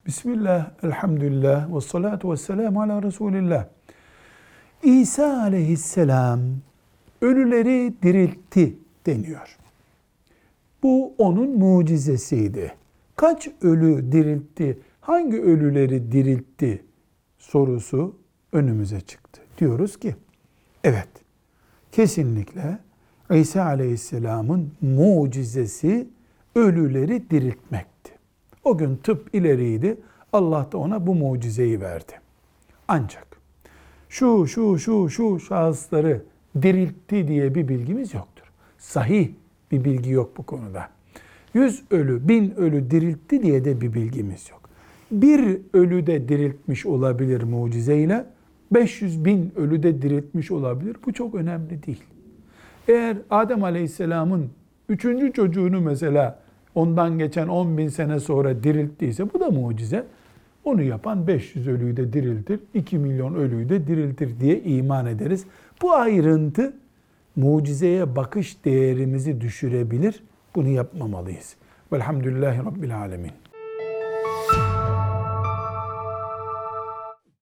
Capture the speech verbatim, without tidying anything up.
Bismillah, elhamdülillah, ve salatu ve selamu ala Resulillah. İsa aleyhisselam ölüleri diriltti deniyor. Bu onun mucizesiydi. Kaç ölü diriltti, hangi ölüleri diriltti sorusu önümüze çıktı. Diyoruz ki, evet, kesinlikle İsa aleyhisselamın mucizesi ölüleri diriltmekti. O gün tıp ileriydi. Allah da ona bu mucizeyi verdi. Ancak şu şu şu şu şahısları diriltti diye bir bilgimiz yoktur. Sahih bir bilgi yok bu konuda. Yüz ölü, bin ölü diriltti diye de bir bilgimiz yok. Bir ölü de diriltmiş olabilir mucizeyle, beş yüz bin ölü de diriltmiş olabilir. Bu çok önemli değil. Eğer Adem Aleyhisselam'ın üçüncü çocuğunu mesela ondan geçen on bin sene sonra dirilttiyse bu da mucize. Onu yapan beş yüz ölüyü de diriltir, iki milyon ölüyü de diriltir diye iman ederiz. Bu ayrıntı mucizeye bakış değerimizi düşürebilir. Bunu yapmamalıyız. Velhamdülillahi Rabbil Alemin.